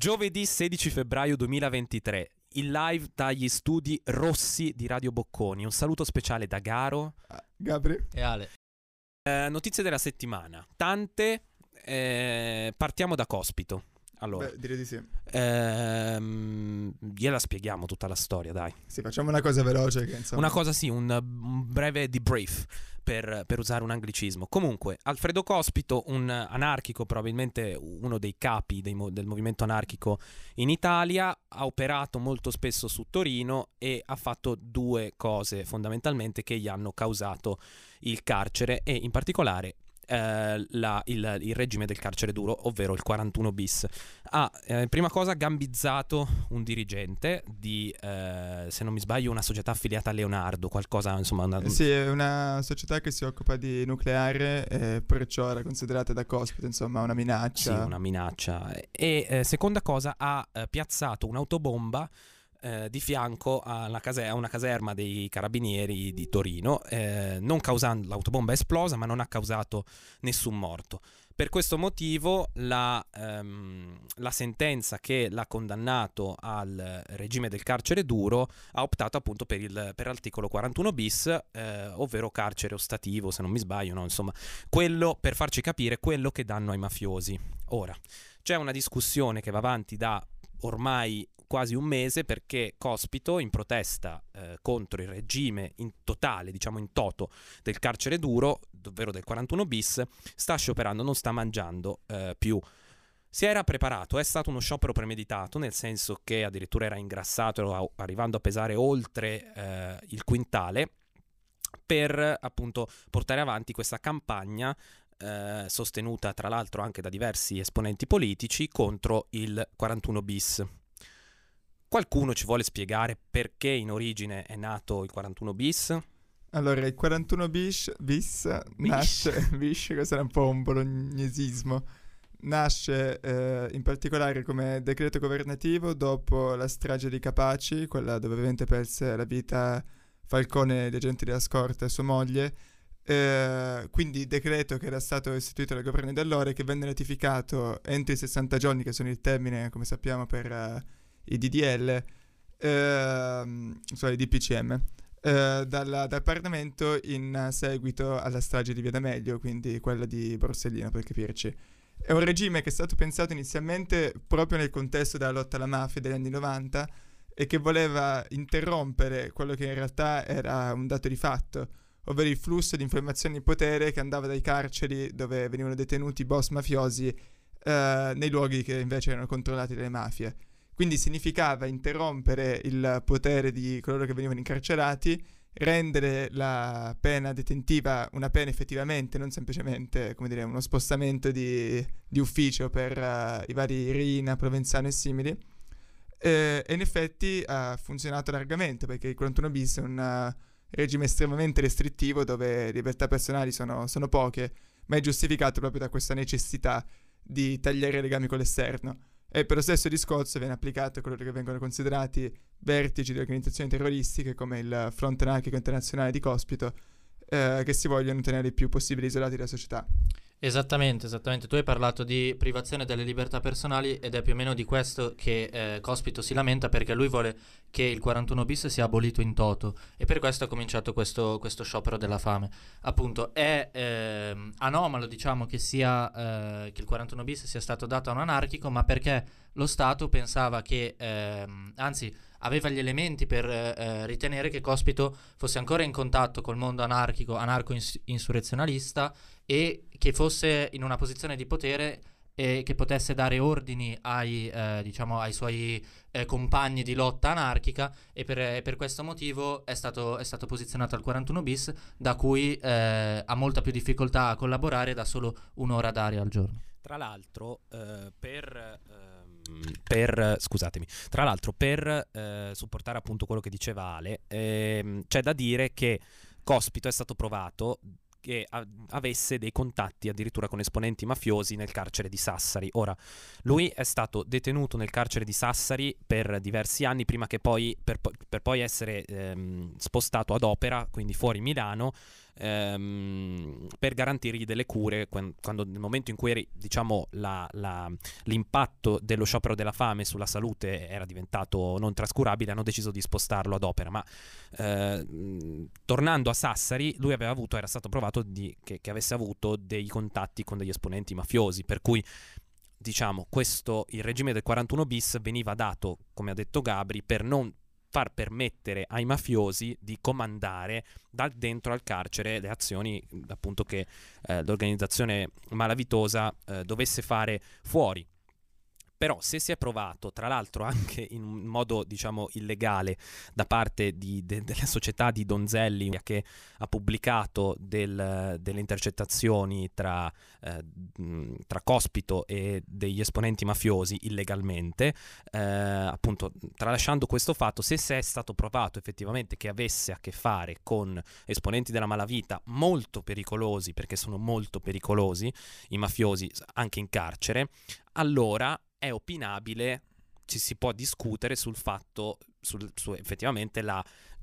Giovedì 16 febbraio 2023, in live dagli studi Rossi di Radio Bocconi. Un saluto speciale da Garo, Gabri e Ale. Notizie della settimana, tante. Partiamo da Cospito. Allora, direi di sì. Gliela spieghiamo tutta la storia, dai. Sì, facciamo una cosa veloce che, insomma... Una cosa sì, un breve debrief per usare un anglicismo. Comunque, Alfredo Cospito, un anarchico, probabilmente uno dei capi del movimento anarchico in Italia, ha operato molto spesso su Torino e ha fatto due cose fondamentalmente che gli hanno causato il carcere e in particolare il regime del carcere duro, ovvero il 41 bis. Prima cosa gambizzato un dirigente di, se non mi sbaglio, una società affiliata a Leonardo, qualcosa insomma Sì, è una società che si occupa di nucleare, perciò era considerata da Cospito insomma una minaccia. Sì, una minaccia. E seconda cosa, ha piazzato un'autobomba di fianco a una caserma dei carabinieri di Torino, non causando, l'autobomba è esplosa ma non ha causato nessun morto. Per questo motivo la sentenza che l'ha condannato al regime del carcere duro ha optato appunto per l'articolo 41 bis, ovvero carcere ostativo, se non mi sbaglio, no? Insomma, quello, per farci capire, quello che danno ai mafiosi. Ora, c'è una discussione che va avanti da ormai quasi un mese, perché Cospito, in protesta contro il regime in totale, diciamo in toto, del carcere duro, ovvero del 41 bis, sta scioperando, non sta mangiando più. Si era preparato, è stato uno sciopero premeditato, nel senso che addirittura era ingrassato, arrivando a pesare oltre il quintale, per appunto portare avanti questa campagna sostenuta tra l'altro anche da diversi esponenti politici contro il 41 bis. Qualcuno ci vuole spiegare perché in origine è nato il 41 bis? Allora, il 41 bis nasce... Bis, questo era un po' un bolognesismo. Nasce in particolare come decreto governativo dopo la strage di Capaci, quella dove ovviamente perse la vita Falcone, gli agenti della scorta e sua moglie. Quindi decreto che era stato istituito dal governo di allora e che venne ratificato entro i 60 giorni, che sono il termine, come sappiamo, per i DDL, i DPCM, dal Parlamento in seguito alla strage di Via D'Amelio, quindi quella di Borsellino, per capirci. È un regime che è stato pensato inizialmente proprio nel contesto della lotta alla mafia degli anni 90 e che voleva interrompere quello che in realtà era un dato di fatto, ovvero il flusso di informazioni di potere che andava dai carceri dove venivano detenuti boss mafiosi nei luoghi che invece erano controllati dalle mafie. Quindi significava interrompere il potere di coloro che venivano incarcerati, rendere la pena detentiva una pena effettivamente, non semplicemente, come dire, uno spostamento di ufficio per i vari Rina, Provenzano e simili. E in effetti ha funzionato largamente, perché il 41 bis è un regime estremamente restrittivo dove le libertà personali sono poche, ma è giustificato proprio da questa necessità di tagliare i legami con l'esterno. E per lo stesso discorso viene applicato a coloro che vengono considerati vertici di organizzazioni terroristiche come il Fronte Anarchico Internazionale di Cospito, che si vogliono tenere il più possibile isolati dalla società. Esattamente. Tu hai parlato di privazione delle libertà personali ed è più o meno di questo che Cospito si lamenta, perché lui vuole che il 41 bis sia abolito in toto e per questo ha cominciato questo sciopero della fame. Appunto è anomalo, diciamo, che che il 41 bis sia stato dato a un anarchico, ma perché lo Stato pensava che, anzi aveva gli elementi per ritenere che Cospito fosse ancora in contatto col mondo anarco-insurrezionalista e che fosse in una posizione di potere e che potesse dare ordini ai suoi compagni di lotta anarchica, e per questo motivo è stato posizionato al 41 bis, da cui ha molta più difficoltà a collaborare, da solo un'ora d'aria al giorno. Tra l'altro, per supportare appunto quello che diceva Ale, c'è da dire che Cospito è stato provato che avesse dei contatti addirittura con esponenti mafiosi nel carcere di Sassari. Ora, lui è stato detenuto nel carcere di Sassari per diversi anni, prima che poi per poi essere spostato ad Opera, quindi fuori Milano, per garantirgli delle cure quando nel momento in cui diciamo l'impatto dello sciopero della fame sulla salute era diventato non trascurabile, hanno deciso di spostarlo ad Opera. Ma tornando a Sassari, lui era stato provato che avesse avuto dei contatti con degli esponenti mafiosi, per cui diciamo il regime del 41 bis veniva dato, come ha detto Gabri, per non far permettere ai mafiosi di comandare dal dentro al carcere le azioni appunto che l'organizzazione malavitosa dovesse fare fuori. Però se si è provato, tra l'altro anche in un modo diciamo illegale, da parte delle società di Donzelli, che ha pubblicato delle intercettazioni tra Cospito e degli esponenti mafiosi illegalmente, appunto tralasciando questo fatto, se è stato provato effettivamente che avesse a che fare con esponenti della malavita molto pericolosi, perché sono molto pericolosi i mafiosi anche in carcere, allora è opinabile, ci si può discutere sul fatto, su effettivamente la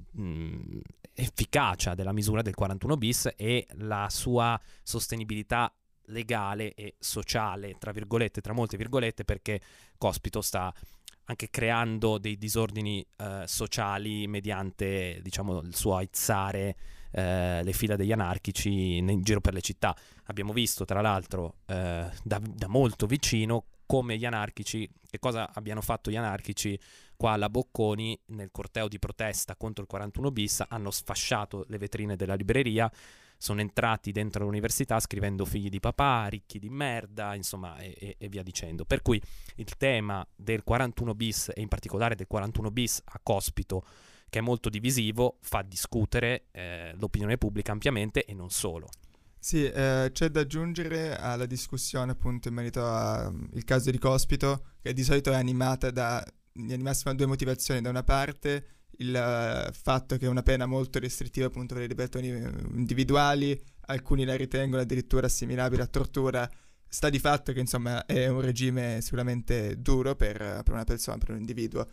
efficacia della misura del 41 bis e la sua sostenibilità legale e sociale, tra virgolette, tra molte virgolette, perché Cospito sta anche creando dei disordini sociali mediante, diciamo, il suo aizzare le fila degli anarchici in giro per le città. Abbiamo visto, tra l'altro, da molto vicino come gli anarchici, che cosa abbiano fatto gli anarchici qua alla Bocconi nel corteo di protesta contro il 41 bis, hanno sfasciato le vetrine della libreria, sono entrati dentro l'università scrivendo figli di papà, ricchi di merda, insomma, e via dicendo. Per cui il tema del 41 bis e in particolare del 41 bis a Cospito, che è molto divisivo, fa discutere l'opinione pubblica ampiamente e non solo. Sì, c'è da aggiungere alla discussione appunto in merito al caso di Cospito, che di solito è animata in massima due motivazioni. Da una parte il fatto che è una pena molto restrittiva appunto per le libertà individuali, alcuni la ritengono addirittura assimilabile a tortura. Sta di fatto che insomma è un regime sicuramente duro per una persona, per un individuo.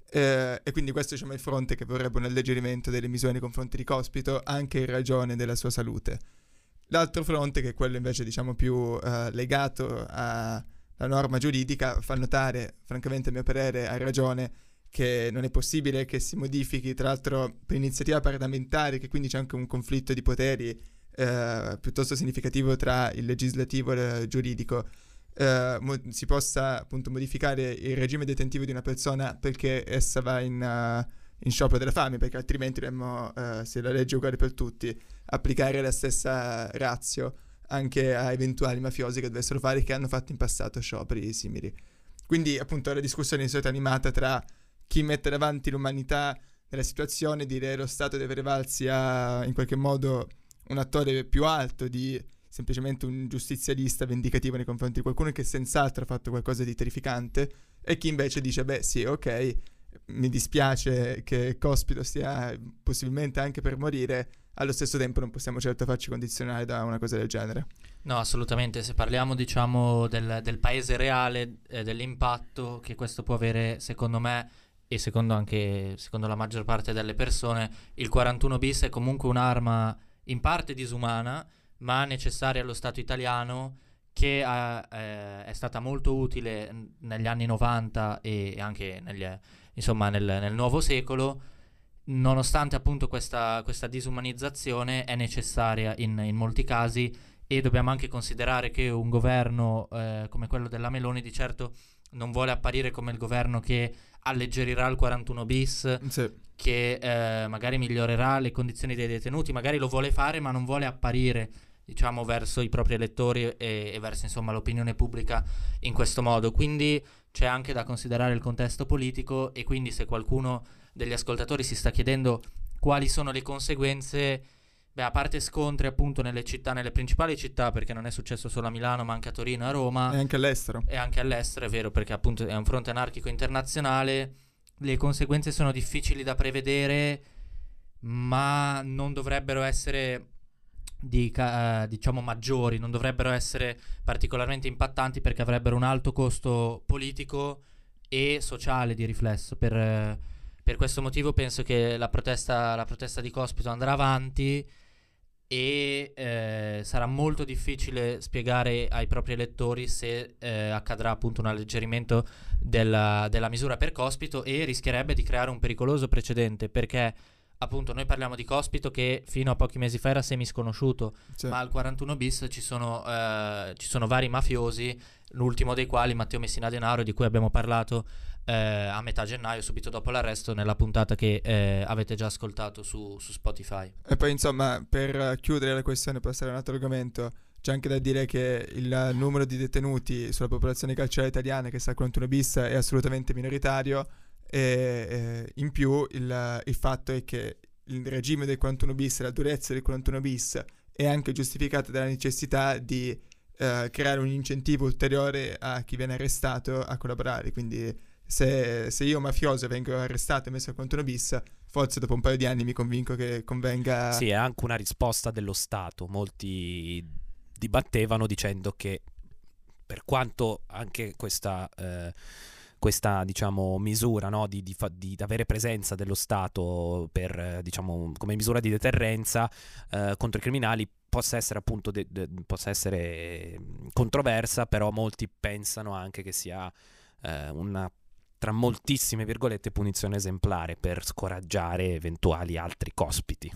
E quindi questo diciamo, è il fronte che vorrebbe un alleggerimento delle misure nei confronti di Cospito, anche in ragione della sua salute. L'altro fronte, che è quello invece diciamo più legato alla norma giuridica, fa notare, francamente a mio parere ha ragione, che non è possibile che si modifichi, tra l'altro per iniziativa parlamentare, che quindi c'è anche un conflitto di poteri piuttosto significativo tra il legislativo e il giuridico, si possa appunto modificare il regime detentivo di una persona perché essa va in sciopero della fame, perché altrimenti dovremmo, se la legge è uguale per tutti, applicare la stessa ratio anche a eventuali mafiosi che dovessero fare, che hanno fatto in passato scioperi simili. Quindi appunto la discussione è stata animata tra chi mette davanti l'umanità nella situazione, dire lo Stato deve rilevarsi a in qualche modo un attore più alto di semplicemente un giustizialista vendicativo nei confronti di qualcuno che senz'altro ha fatto qualcosa di terrificante, e chi invece dice beh sì, ok, mi dispiace che Cospito stia possibilmente anche per morire, allo stesso tempo non possiamo certo farci condizionare da una cosa del genere. No, assolutamente. Se parliamo diciamo del paese reale, dell'impatto che questo può avere, secondo me e secondo la maggior parte delle persone, il 41 bis è comunque un'arma in parte disumana ma necessaria allo Stato italiano, che è stata molto utile negli anni 90 e anche nel nuovo secolo. Nonostante appunto questa disumanizzazione è necessaria in molti casi, e dobbiamo anche considerare che un governo come quello della Meloni di certo non vuole apparire come il governo che alleggerirà il 41 bis, sì, che magari migliorerà le condizioni dei detenuti, magari lo vuole fare ma non vuole apparire diciamo verso i propri elettori e verso insomma l'opinione pubblica in questo modo. Quindi c'è anche da considerare il contesto politico, e quindi se qualcuno degli ascoltatori si sta chiedendo quali sono le conseguenze, beh, a parte scontri appunto nelle principali città, perché non è successo solo a Milano ma anche a Torino e a Roma, e anche all'estero, è vero, perché appunto è un fronte anarchico internazionale, le conseguenze sono difficili da prevedere, ma non dovrebbero essere diciamo maggiori, non dovrebbero essere particolarmente impattanti, perché avrebbero un alto costo politico e sociale di riflesso. Per questo motivo penso che la protesta di Cospito andrà avanti, e sarà molto difficile spiegare ai propri elettori se accadrà appunto un alleggerimento della misura per Cospito, e rischierebbe di creare un pericoloso precedente, perché appunto noi parliamo di Cospito che fino a pochi mesi fa era semisconosciuto, ma al 41 bis ci sono vari mafiosi, l'ultimo dei quali Matteo Messina Denaro, di cui abbiamo parlato a metà gennaio, subito dopo l'arresto, nella puntata che avete già ascoltato su Spotify. E poi insomma, per chiudere la questione, passare a un altro argomento, c'è anche da dire che il numero di detenuti sulla popolazione carceraria italiana che sta al 41 bis è assolutamente minoritario, e in più il fatto è che il regime del 41 bis, la durezza del 41 bis è anche giustificata dalla necessità di creare un incentivo ulteriore a chi viene arrestato a collaborare. Quindi se io mafioso vengo arrestato e messo al 41 bis, forse dopo un paio di anni mi convinco che convenga... Sì, è anche una risposta dello Stato. Molti dibattevano dicendo che, per quanto anche questa diciamo misura, no, di avere presenza dello Stato per diciamo come misura di deterrenza contro i criminali, possa essere appunto possa essere controversa, però molti pensano anche che sia una, tra moltissime virgolette, punizione esemplare per scoraggiare eventuali altri cospiti.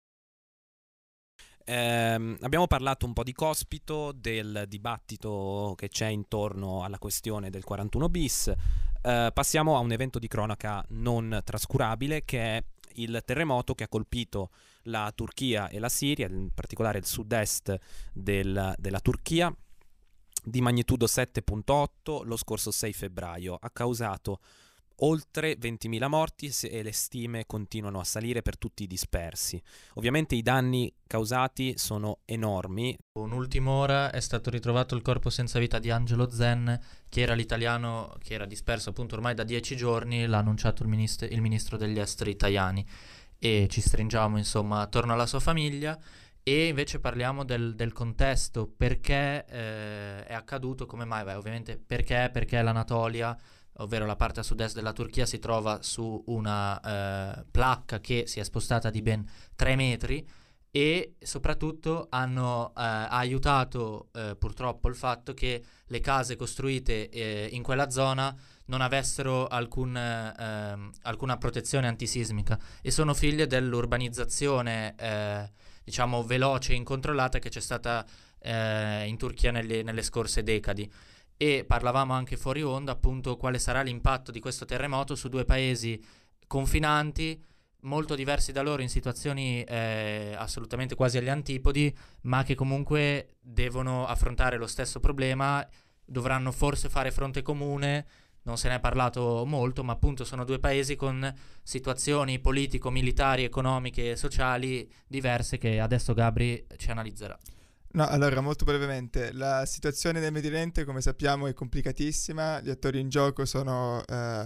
Abbiamo parlato un po' di Cospito, del dibattito che c'è intorno alla questione del 41 bis. Passiamo a un evento di cronaca non trascurabile, che è il terremoto che ha colpito la Turchia e la Siria, in particolare il sud-est della Turchia, di magnitudo 7.8 lo scorso 6 febbraio. Ha causato oltre 20.000 morti e le stime continuano a salire per tutti i dispersi. Ovviamente i danni causati sono enormi. Un'ultima ora è stato ritrovato il corpo senza vita di Angelo Zen, che era l'italiano che era disperso appunto ormai da 10 giorni, l'ha annunciato il ministro degli esteri Tajani, e ci stringiamo insomma attorno alla sua famiglia. E invece parliamo del contesto, perché è accaduto, come mai? Beh, ovviamente perché l'Anatolia, ovvero la parte a sud-est della Turchia, si trova su una placca che si è spostata di ben 3 metri, e soprattutto ha aiutato purtroppo il fatto che le case costruite in quella zona non avessero alcuna protezione antisismica, e sono figlie dell'urbanizzazione diciamo veloce e incontrollata che c'è stata in Turchia nelle scorse decadi. E parlavamo anche fuori onda appunto quale sarà l'impatto di questo terremoto su due paesi confinanti, molto diversi da loro in situazioni assolutamente quasi agli antipodi, ma che comunque devono affrontare lo stesso problema, dovranno forse fare fronte comune. Non se ne è parlato molto, ma appunto sono due paesi con situazioni politico-militari, economiche e sociali diverse, che adesso Gabri ci analizzerà. No, allora, molto brevemente, la situazione del Medio Oriente, come sappiamo, è complicatissima, gli attori in gioco sono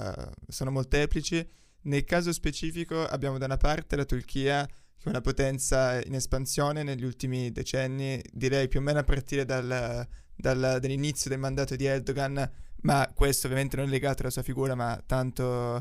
molteplici. Nel caso specifico abbiamo da una parte la Turchia, che è una potenza in espansione negli ultimi decenni, direi più o meno a partire dall'inizio del mandato di Erdogan, ma questo ovviamente non è legato alla sua figura, ma tanto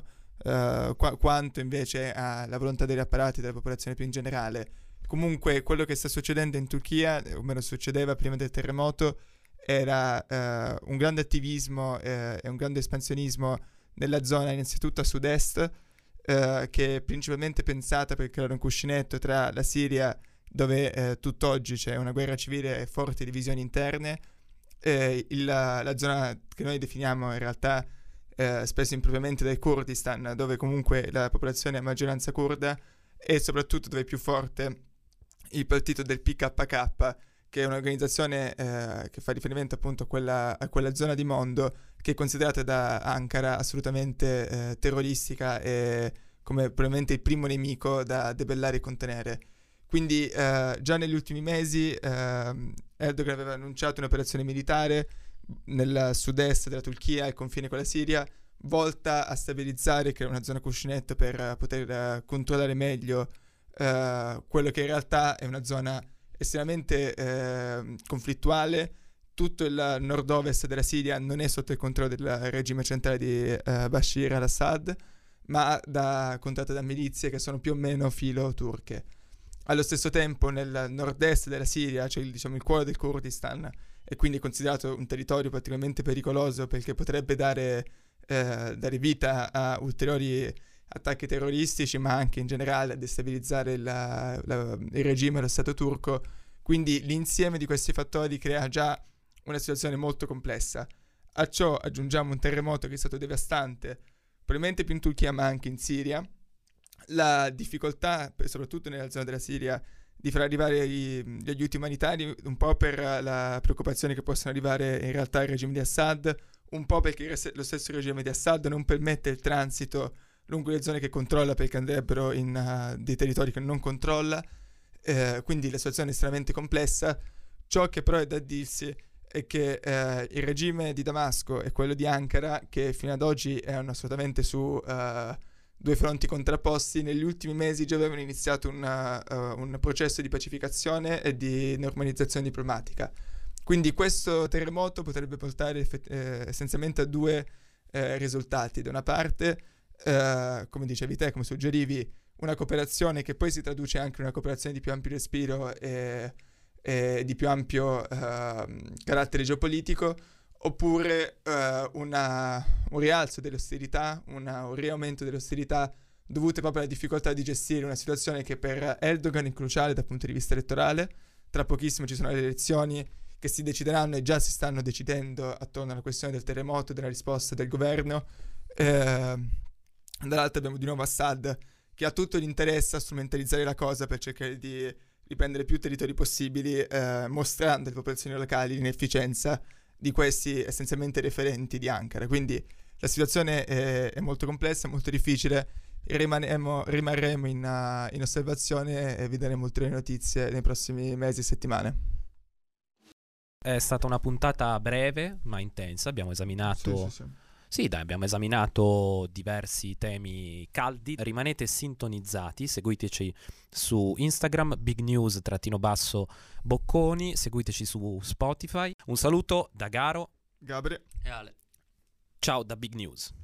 quanto invece alla volontà degli apparati della popolazione più in generale. Comunque quello che sta succedendo in Turchia, o meno succedeva prima del terremoto, era un grande attivismo e un grande espansionismo nella zona, innanzitutto a sud-est, che è principalmente pensata per creare un cuscinetto tra la Siria, dove tutt'oggi c'è una guerra civile e forti divisioni interne, la zona che noi definiamo in realtà spesso impropriamente del Kurdistan, dove comunque la popolazione è a maggioranza kurda, e soprattutto dove è più forte il partito del PKK, che è un'organizzazione che fa riferimento appunto a quella zona di mondo che è considerata da Ankara assolutamente terroristica e come probabilmente il primo nemico da debellare e contenere. Quindi già negli ultimi mesi Erdogan aveva annunciato un'operazione militare nel sud-est della Turchia, al confine con la Siria, volta a stabilizzare, che è una zona cuscinetto per poter controllare meglio quello che in realtà è una zona estremamente conflittuale. Tutto il nord-ovest della Siria non è sotto il controllo del regime centrale di Bashir al-Assad, ma controllato da milizie che sono più o meno filo turche. Allo stesso tempo nel nord-est della Siria c'è il cuore del Kurdistan, e quindi è considerato un territorio particolarmente pericoloso perché potrebbe dare vita a ulteriori attacchi terroristici, ma anche in generale a destabilizzare il regime dello Stato turco. Quindi l'insieme di questi fattori crea già una situazione molto complessa. A ciò aggiungiamo un terremoto che è stato devastante, probabilmente più in Turchia ma anche in Siria. La difficoltà, soprattutto nella zona della Siria, di far arrivare gli aiuti umanitari, un po' per la preoccupazione che possano arrivare in realtà al regime di Assad, un po' perché lo stesso regime di Assad non permette il transito lungo le zone che controlla, perché andrebbero in dei territori che non controlla, quindi la situazione è estremamente complessa. Ciò che però è da dirsi è che il regime di Damasco e quello di Ankara, che fino ad oggi erano assolutamente su due fronti contrapposti, negli ultimi mesi già avevano iniziato un processo di pacificazione e di normalizzazione diplomatica. Quindi questo terremoto potrebbe portare essenzialmente a due risultati. Da una parte, come dicevi te, come suggerivi, una cooperazione che poi si traduce anche in una cooperazione di più ampio respiro e di più ampio carattere geopolitico, oppure un rialzo delle ostilità, un riaumento delle ostilità dovute proprio alla difficoltà di gestire una situazione che per Erdogan è cruciale dal punto di vista elettorale. Tra pochissimo ci sono le elezioni che si decideranno e già si stanno decidendo attorno alla questione del terremoto e della risposta del governo. Dall'altra abbiamo di nuovo Assad, che ha tutto l'interesse a strumentalizzare la cosa per cercare di riprendere più territori possibili, mostrando alle popolazioni locali l'inefficienza di questi essenzialmente referenti di Ankara. Quindi la situazione è molto complessa, molto difficile. Rimarremo in osservazione e vi daremo ulteriori notizie nei prossimi mesi e settimane. È stata una puntata breve ma intensa. Abbiamo esaminato abbiamo esaminato diversi temi caldi. Rimanete sintonizzati, seguiteci su Instagram, bignews_Bocconi, seguiteci su Spotify. Un saluto da Garo, Gabriele e Ale. ciao da Big News.